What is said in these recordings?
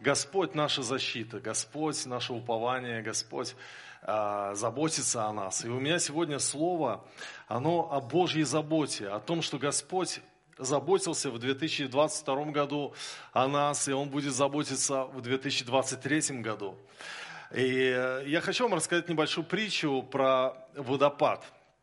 Господь наша защита, Господь наше упование, Господь заботится о нас. И у меня сегодня слово, оно о Божьей заботе, о том, что Господь заботился в 2022 году о нас, и Он будет заботиться в 2023 году. И я хочу вам рассказать небольшую притчу про водопад.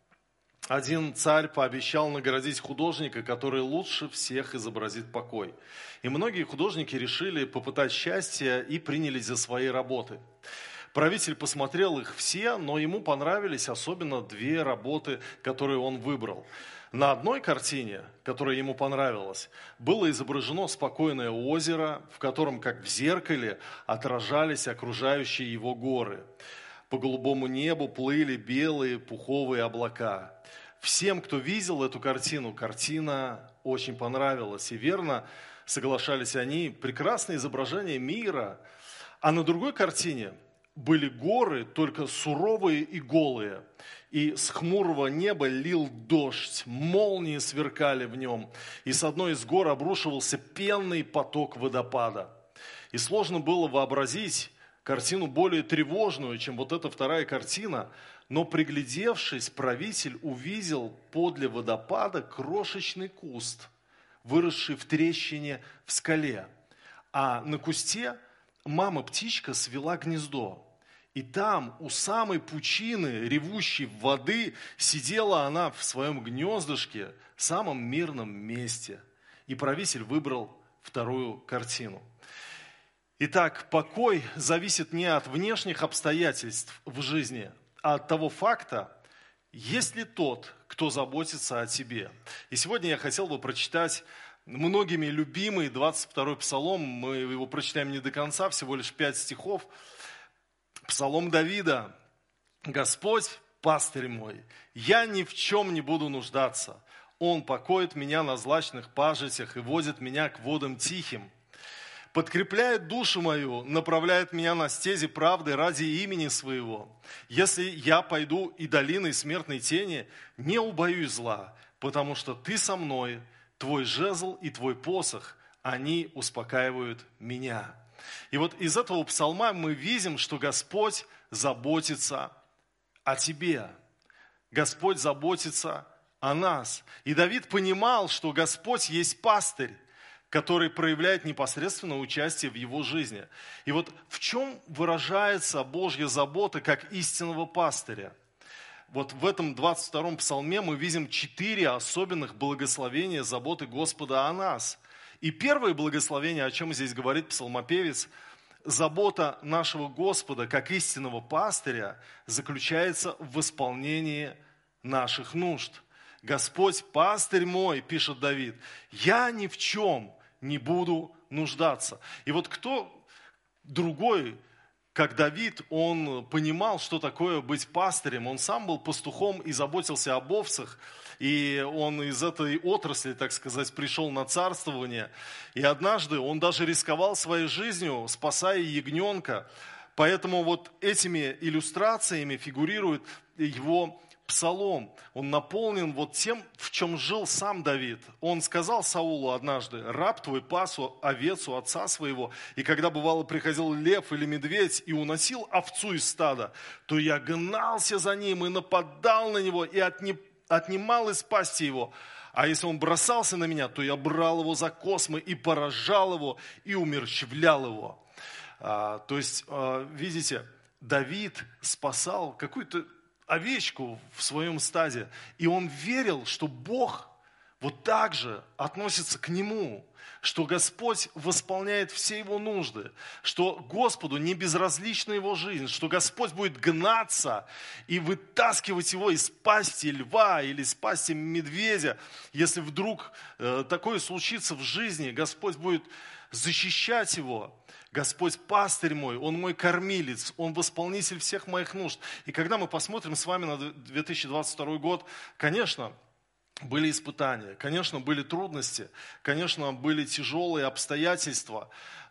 Один царь пообещал наградить художника, который лучше всех изобразит покой. И многие художники решили попытать счастье и принялись за свои работы. Правитель посмотрел их все, но ему понравились особенно две работы, которые он выбрал. На одной картине, которая ему понравилась, было изображено спокойное озеро, в котором, как в зеркале, отражались окружающие его горы. По голубому небу плыли белые пуховые облака. Всем, кто видел эту картину, картина очень понравилась. И верно соглашались они, прекрасное изображение мира. А на другой картине были горы, только суровые и голые. И с хмурого неба лил дождь, молнии сверкали в нем. И с одной из гор обрушивался пенный поток водопада. И сложно было вообразить картину более тревожную, чем вот эта вторая картина. Но приглядевшись, правитель увидел подле водопада крошечный куст, выросший в трещине в скале. А на кусте мама-птичка свела гнездо. И там, у самой пучины, ревущей воды, сидела она в своем гнездышке, в самом мирном месте. И правитель выбрал вторую картину. Итак, покой зависит не от внешних обстоятельств в жизни, а от того факта, есть ли тот, кто заботится о тебе. И сегодня я хотел бы прочитать многими любимый 22-й псалом. Мы его прочитаем не до конца, всего лишь 5 стихов. Псалом Давида. «Господь, пастырь мой, я ни в чем не буду нуждаться. Он покоит меня на злачных пажитях и водит меня к водам тихим. Подкрепляет душу мою, направляет меня на стези правды ради имени своего. Если я пойду и долиной смертной тени, не убоюсь зла, потому что ты со мной, твой жезл и твой посох, они успокаивают меня». И вот из этого псалма мы видим, что Господь заботится о тебе. Господь заботится о нас. И Давид понимал, что Господь есть пастырь, который проявляет непосредственное участие в его жизни. И вот в чем выражается Божья забота как истинного пастыря? Вот в этом 22-м псалме мы видим 4 особенных благословения заботы Господа о нас. И первое благословение, о чем здесь говорит псалмопевец, забота нашего Господа как истинного пастыря заключается в исполнении наших нужд. «Господь, пастырь мой», пишет Давид, «я ни в чем не буду нуждаться». И вот кто другой, как Давид, он понимал, что такое быть пастырем. Он сам был пастухом и заботился об овцах. И он из этой отрасли, так сказать, пришел на царствование. И однажды он даже рисковал своей жизнью, спасая ягненка. Поэтому вот этими иллюстрациями фигурирует его псалом. Он наполнен вот тем, в чем жил сам Давид. Он сказал Саулу однажды: «Раб твой пас овец у отца своего, и когда, бывало, приходил лев или медведь и уносил овцу из стада, то я гнался за ним и нападал на него и отнимал из пасти его. А если он бросался на меня, то я брал его за космы и поражал его и умерщвлял его». То есть, видите, Давид спасал какую-то овечку в своем стаде, и он верил, что Бог вот так же относится к нему, что Господь восполняет все его нужды, что Господу не безразлична его жизнь, что Господь будет гнаться и вытаскивать его из пасти льва или из пасти медведя. Если вдруг такое случится в жизни, Господь будет защищать его. Господь пастырь мой, Он мой кормилец, Он восполнитель всех моих нужд. И когда мы посмотрим с вами на 2022 год, конечно, были испытания, конечно, были трудности, конечно, были тяжелые обстоятельства,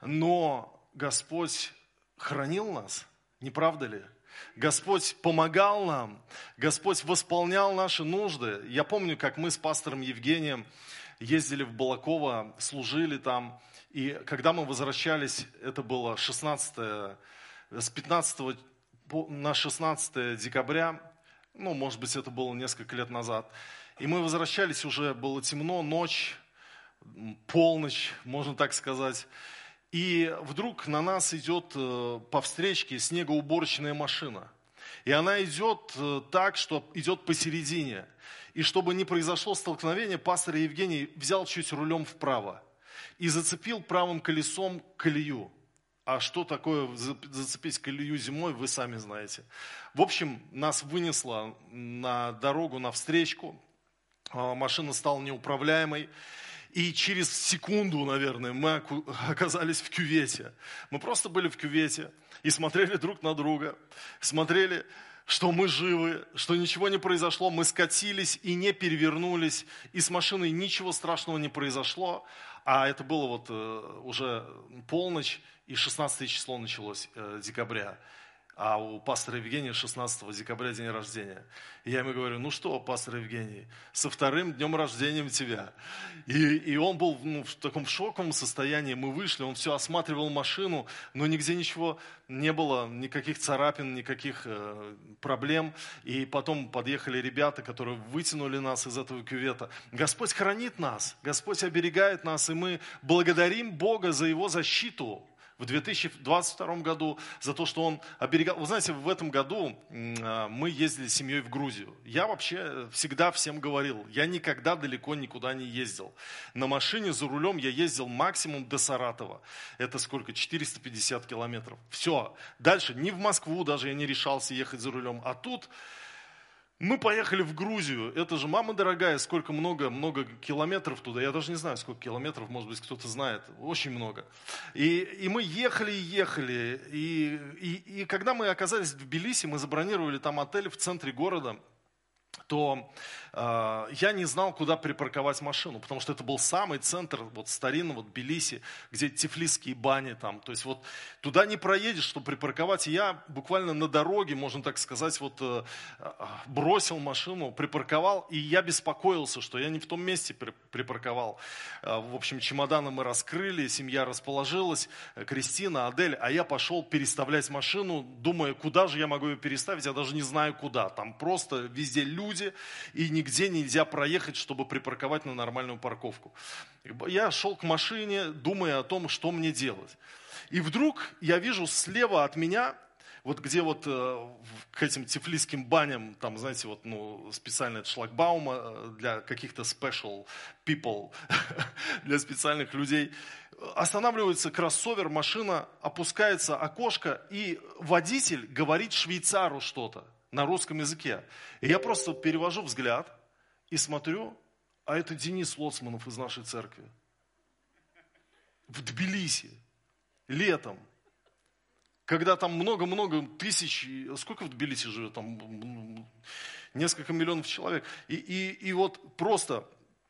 но Господь хранил нас, не правда ли? Господь помогал нам, Господь восполнял наши нужды. Я помню, как мы с пастором Евгением ездили в Балаково, служили там, И когда мы возвращались, это было с 15 на 16 декабря, может быть, это было несколько лет назад. И мы возвращались, уже было темно, ночь, полночь, можно так сказать. И вдруг на нас идет по встречке снегоуборочная машина. И она идет так, что идет посередине. И чтобы не произошло столкновение, пастор Евгений взял чуть рулем вправо и зацепил правым колесом колею. А что такое зацепить колею зимой, вы сами знаете. В общем, нас вынесло на дорогу, на встречку. Машина стала неуправляемой. И через секунду, наверное, мы оказались в кювете. Мы просто были в кювете и смотрели друг на друга. Смотрели, что мы живы, что ничего не произошло. Мы скатились и не перевернулись. И с машиной ничего страшного не произошло. А это было уже полночь, и 16 число началось декабря. А у пастора Евгения 16 декабря день рождения. И я ему говорю, ну что, пастор Евгений, со вторым днем рождения тебя. И он был в таком шоковом состоянии. Мы вышли, он все осматривал машину, но нигде ничего не было, никаких царапин, никаких проблем. И потом подъехали ребята, которые вытянули нас из этого кювета. Господь хранит нас, Господь оберегает нас, и мы благодарим Бога за Его защиту. В 2022 году за то, что Он оберегал. Вы знаете, в этом году мы ездили с семьей в Грузию. Я вообще всегда всем говорил, я никогда далеко никуда не ездил. На машине за рулем я ездил максимум до Саратова. Это сколько? 450 километров. Все. Дальше ни в Москву даже я не решался ехать за рулем. А тут мы поехали в Грузию. Это же, мама дорогая, сколько много километров туда. Я даже не знаю, сколько километров, может быть, кто-то знает. Очень много. И мы ехали. И когда мы оказались в Тбилиси, мы забронировали там отель в центре города, то я не знал, куда припарковать машину, потому что это был самый центр старинного Тбилиси, где тифлисские бани там. То есть туда не проедешь, чтобы припарковать. И я буквально на дороге, можно так сказать, бросил машину, припарковал, и я беспокоился, что я не в том месте припарковал. В общем, чемоданы мы раскрыли, семья расположилась, Кристина, Адель, а я пошел переставлять машину, думая, куда же я могу ее переставить, я даже не знаю куда. Там просто везде люди, и нигде нельзя проехать, чтобы припарковать на нормальную парковку. Я шел к машине, думая о том, что мне делать. И вдруг я вижу слева от меня, где к этим тифлисским баням, там, знаете, специальный шлагбаум для каких-то special people, для специальных людей, останавливается кроссовер, машина, опускается окошко, и водитель говорит швейцару что-то на русском языке. И я просто перевожу взгляд и смотрю, а это Денис Лоцманов из нашей церкви. В Тбилиси. Летом. Когда там много-много тысяч, сколько в Тбилиси живет? Там несколько миллионов человек. И просто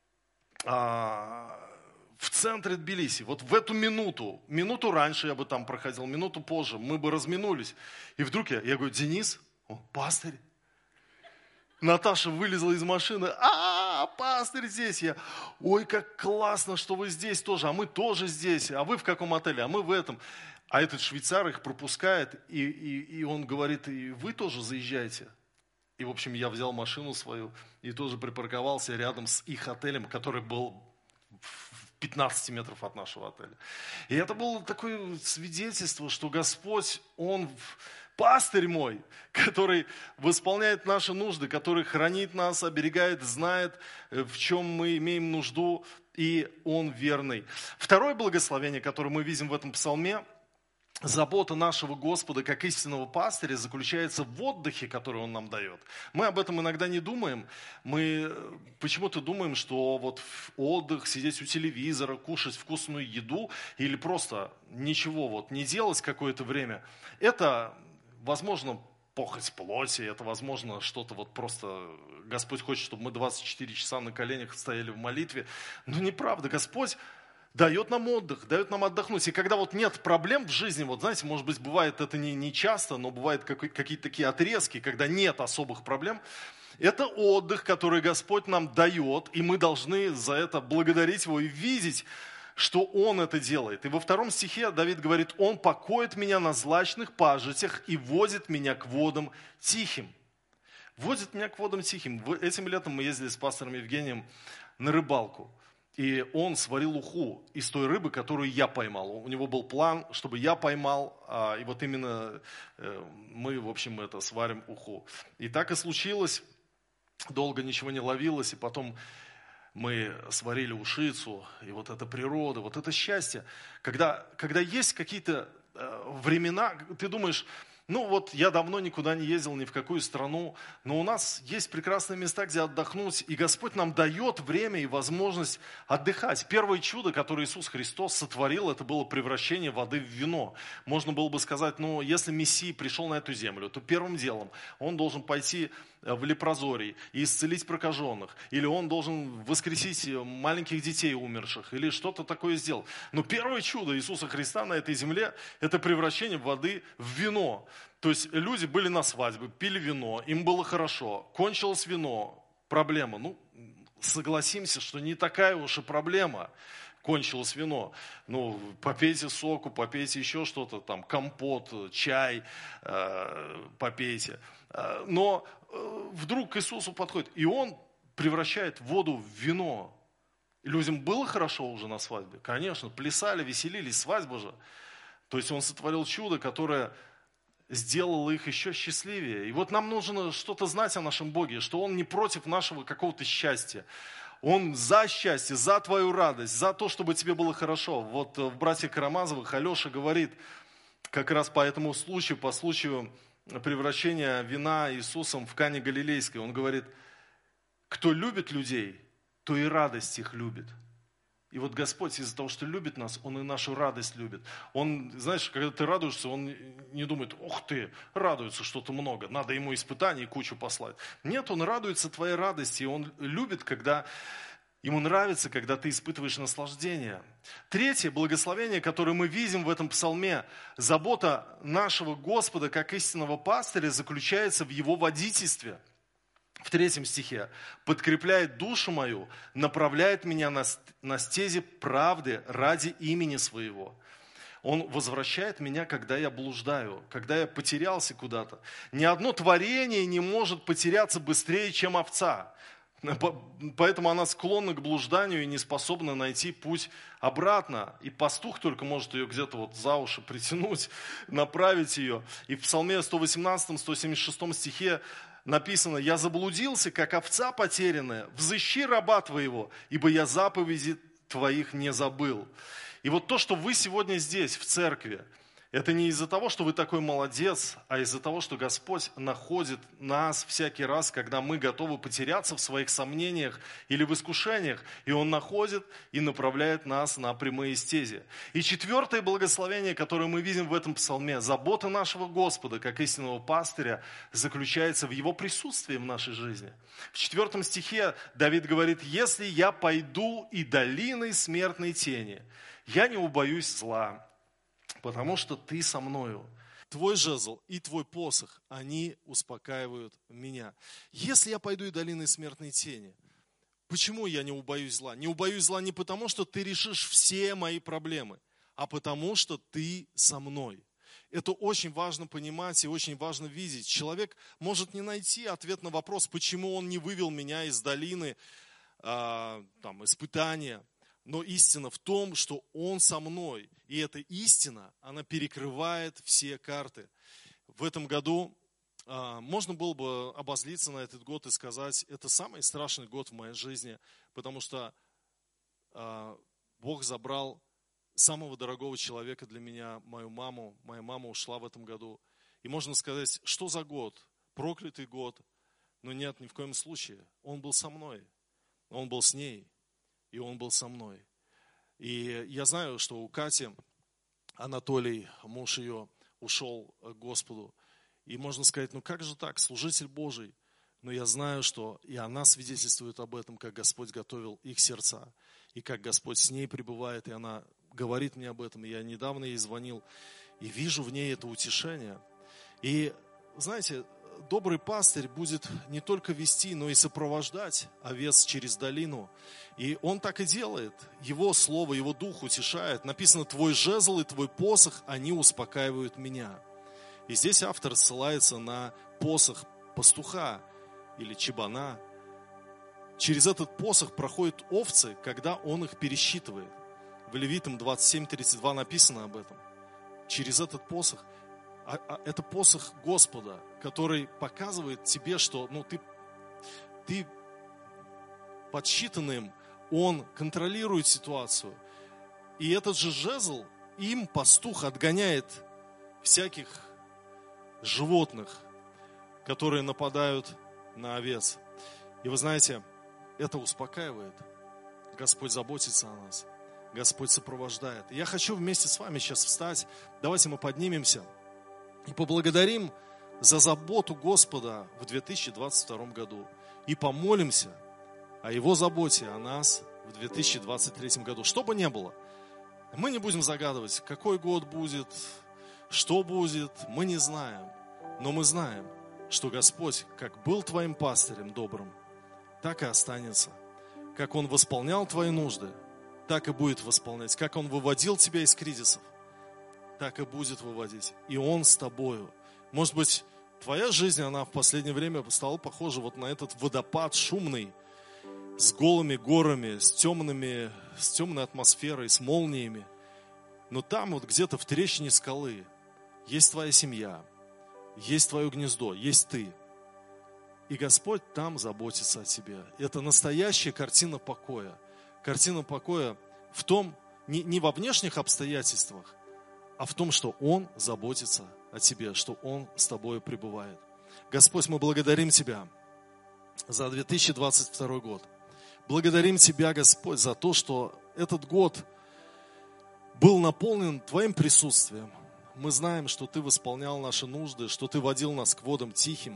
в центре Тбилиси, в эту минуту раньше я бы там проходил, минуту позже, мы бы разминулись. И вдруг я говорю, Денис, пастырь. Наташа вылезла из машины, пастырь здесь. Ой, как классно, что вы здесь тоже, а мы тоже здесь. А вы в каком отеле? А мы в этом. А этот швейцар их пропускает, и он говорит, и вы тоже заезжайте. И, в общем, я взял машину свою и тоже припарковался рядом с их отелем, который был в 15 метров от нашего отеля. И это было такое свидетельство, что Господь, Он пастырь мой, который восполняет наши нужды, который хранит нас, оберегает, знает, в чем мы имеем нужду, и Он верный. Второе благословение, которое мы видим в этом псалме, забота нашего Господа, как истинного пастыря, заключается в отдыхе, который Он нам дает. Мы об этом иногда не думаем. Мы почему-то думаем, что отдых, сидеть у телевизора, кушать вкусную еду или просто ничего не делать какое-то время, это, возможно, похоть плоти, это, возможно, что-то просто Господь хочет, чтобы мы 24 часа на коленях стояли в молитве. Но неправда. Господь дает нам отдых, дает нам отдохнуть. И когда нет проблем в жизни, знаете, может быть, бывает это не часто, но бывают какие-то такие отрезки, когда нет особых проблем, это отдых, который Господь нам дает, и мы должны за это благодарить Его и видеть, что Он это делает. И во 2 стихе Давид говорит: «Он покоит меня на злачных пажитях и водит меня к водам тихим». Водит меня к водам тихим. Этим летом мы ездили с пастором Евгением на рыбалку. И он сварил уху из той рыбы, которую я поймал. У него был план, чтобы я поймал, и вот именно мы, в общем, это сварим уху. И так и случилось. Долго ничего не ловилось, и потом мы сварили ушицу, и вот эта природа, вот это счастье. Когда есть какие-то времена, ты думаешь: ну вот я давно никуда не ездил, ни в какую страну, но у нас есть прекрасные места, где отдохнуть, и Господь нам дает время и возможность отдыхать. Первое чудо, которое Иисус Христос сотворил, это было превращение воды в вино. Можно было бы сказать: ну если Мессия пришел на эту землю, то первым делом он должен пойти в лепрозорий и исцелить прокаженных, или он должен воскресить маленьких детей умерших, или что-то такое сделать. Но первое чудо Иисуса Христа на этой земле – это превращение воды в вино. То есть люди были на свадьбе, пили вино, им было хорошо, кончилось вино, проблема. Ну, согласимся, что не такая уж и проблема. Кончилось вино. Ну, попейте соку, попейте еще что-то, там, компот, чай, попейте. Но вдруг к Иисусу подходит, и Он превращает воду в вино. И людям было хорошо уже на свадьбе? Конечно, плясали, веселились, свадьба же. То есть Он сотворил чудо, которое сделало их еще счастливее. И вот нам нужно что-то знать о нашем Боге, что Он не против нашего какого-то счастья. Он за счастье, за твою радость, за то, чтобы тебе было хорошо. Вот в «Братьях Карамазовых» Алеша говорит как раз по этому случаю, по случаю превращения вина Иисусом в Кане Галилейской. Он говорит: кто любит людей, то и радость их любит. И вот Господь из-за того, что любит нас, Он и нашу радость любит. Он, знаешь, когда ты радуешься, Он не думает: ух ты, радуется что-то много, надо ему испытаний кучу послать. Нет, Он радуется твоей радости, и Он любит, когда Ему нравится, когда ты испытываешь наслаждение. Третье благословение, которое мы видим в этом псалме: забота нашего Господа, как истинного пастыря, заключается в Его водительстве. В 3 стихе: «Подкрепляет душу мою, направляет меня на стези правды ради имени своего». Он возвращает меня, когда я блуждаю, когда я потерялся куда-то. Ни одно творение не может потеряться быстрее, чем овца. Поэтому она склонна к блужданию и не способна найти путь обратно. И пастух только может ее где-то вот за уши притянуть, направить ее. И в Псалме 118-176 стихе написано: «Я заблудился, как овца потерянная, взыщи раба твоего, ибо я заповеди твоих не забыл». И вот то, что вы сегодня здесь, в церкви, это не из-за того, что вы такой молодец, а из-за того, что Господь находит нас всякий раз, когда мы готовы потеряться в своих сомнениях или в искушениях, и Он находит и направляет нас на прямые стези. И 4 благословение, которое мы видим в этом псалме: забота нашего Господа, как истинного пастыря, заключается в Его присутствии в нашей жизни. В 4 стихе Давид говорит: «Если я пойду и долиной смертной тени, я не убоюсь зла, потому что ты со мною. Твой жезл и твой посох, они успокаивают меня». Если я пойду и долиной смертной тени, почему я не убоюсь зла? Не убоюсь зла не потому, что ты решишь все мои проблемы, а потому, что ты со мной. Это очень важно понимать и очень важно видеть. Человек может не найти ответ на вопрос, почему он не вывел меня из долины испытания. Но истина в том, что Он со мной. И эта истина, она перекрывает все карты. В этом году можно было бы обозлиться на этот год и сказать: это самый страшный год в моей жизни, потому что Бог забрал самого дорогого человека для меня, мою маму. Моя мама ушла в этом году. И можно сказать: что за год? Проклятый год. Но нет, ни в коем случае. Он был со мной. Он был с ней. И Он был со мной. И я знаю, что у Кати Анатолий, муж ее, ушел к Господу. И можно сказать: ну как же так, служитель Божий. Но я знаю, что и она свидетельствует об этом, как Господь готовил их сердца. И как Господь с ней пребывает. И она говорит мне об этом. И я недавно ей звонил. И вижу в ней это утешение. И знаете, добрый пастырь будет не только вести, но и сопровождать овец через долину. И он так и делает. Его слово, его дух утешает. Написано: твой жезл и твой посох, они успокаивают меня. И здесь автор ссылается на посох пастуха или чебана. Через этот посох проходят овцы, когда он их пересчитывает. В Левитам 27:32 написано об этом. Через этот посох. Это посох Господа, который показывает тебе, что ты подсчитанным, он контролирует ситуацию. И этот же жезл, им пастух отгоняет всяких животных, которые нападают на овец. И вы знаете, это успокаивает. Господь заботится о нас. Господь сопровождает. И я хочу вместе с вами сейчас встать. Давайте мы поднимемся и поблагодарим за заботу Господа в 2022 году. И помолимся о Его заботе о нас в 2023 году. Что бы ни было, мы не будем загадывать, какой год будет, что будет, мы не знаем. Но мы знаем, что Господь, как был твоим пастырем добрым, так и останется. Как Он восполнял твои нужды, так и будет восполнять. Как Он выводил тебя из кризисов, так и будет выводить. И Он с тобою. Может быть, твоя жизнь, она в последнее время стала похожа вот на этот водопад шумный, с голыми горами, с темной атмосферой, с молниями. Но там вот где-то в трещине скалы есть твоя семья, есть твое гнездо, есть ты. И Господь там заботится о тебе. Это настоящая картина покоя. Картина покоя в том, не во внешних обстоятельствах, а в том, что Он заботится о тебе, что Он с тобой пребывает. Господь, мы благодарим Тебя за 2022 год. Благодарим Тебя, Господь, за то, что этот год был наполнен Твоим присутствием. Мы знаем, что Ты восполнял наши нужды, что Ты водил нас к водам тихим,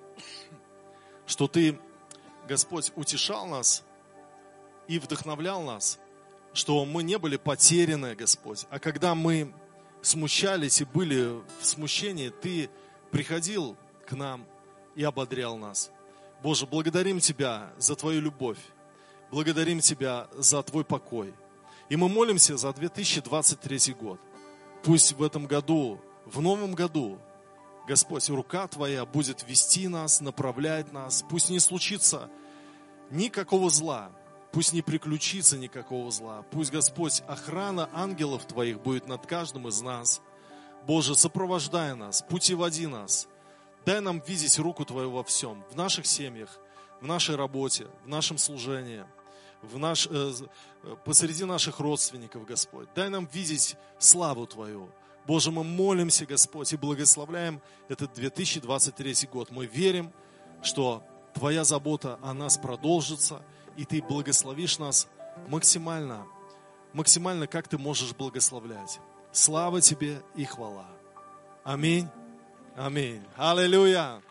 что Ты, Господь, утешал нас и вдохновлял нас, что мы не были потеряны, Господь, а когда мы смущались и были в смущении, Ты приходил к нам и ободрял нас. Боже, благодарим Тебя за Твою любовь, благодарим Тебя за Твой покой. И мы молимся за 2023 год. Пусть в этом году, в новом году, Господь, рука Твоя будет вести нас, направлять нас. Пусть не случится никакого зла, пусть не приключится никакого зла. Пусть, Господь, охрана ангелов Твоих будет над каждым из нас. Боже, сопровождай нас, путеводи нас. Дай нам видеть руку Твою во всем, в наших семьях, в нашей работе, в нашем служении, посреди наших родственников, Господь. Дай нам видеть славу Твою. Боже, мы молимся, Господь, и благословляем этот 2023 год. Мы верим, что Твоя забота о нас продолжится, и Ты благословишь нас максимально, как Ты можешь благословлять. Слава Тебе и хвала. Аминь. Аминь. Аллилуйя.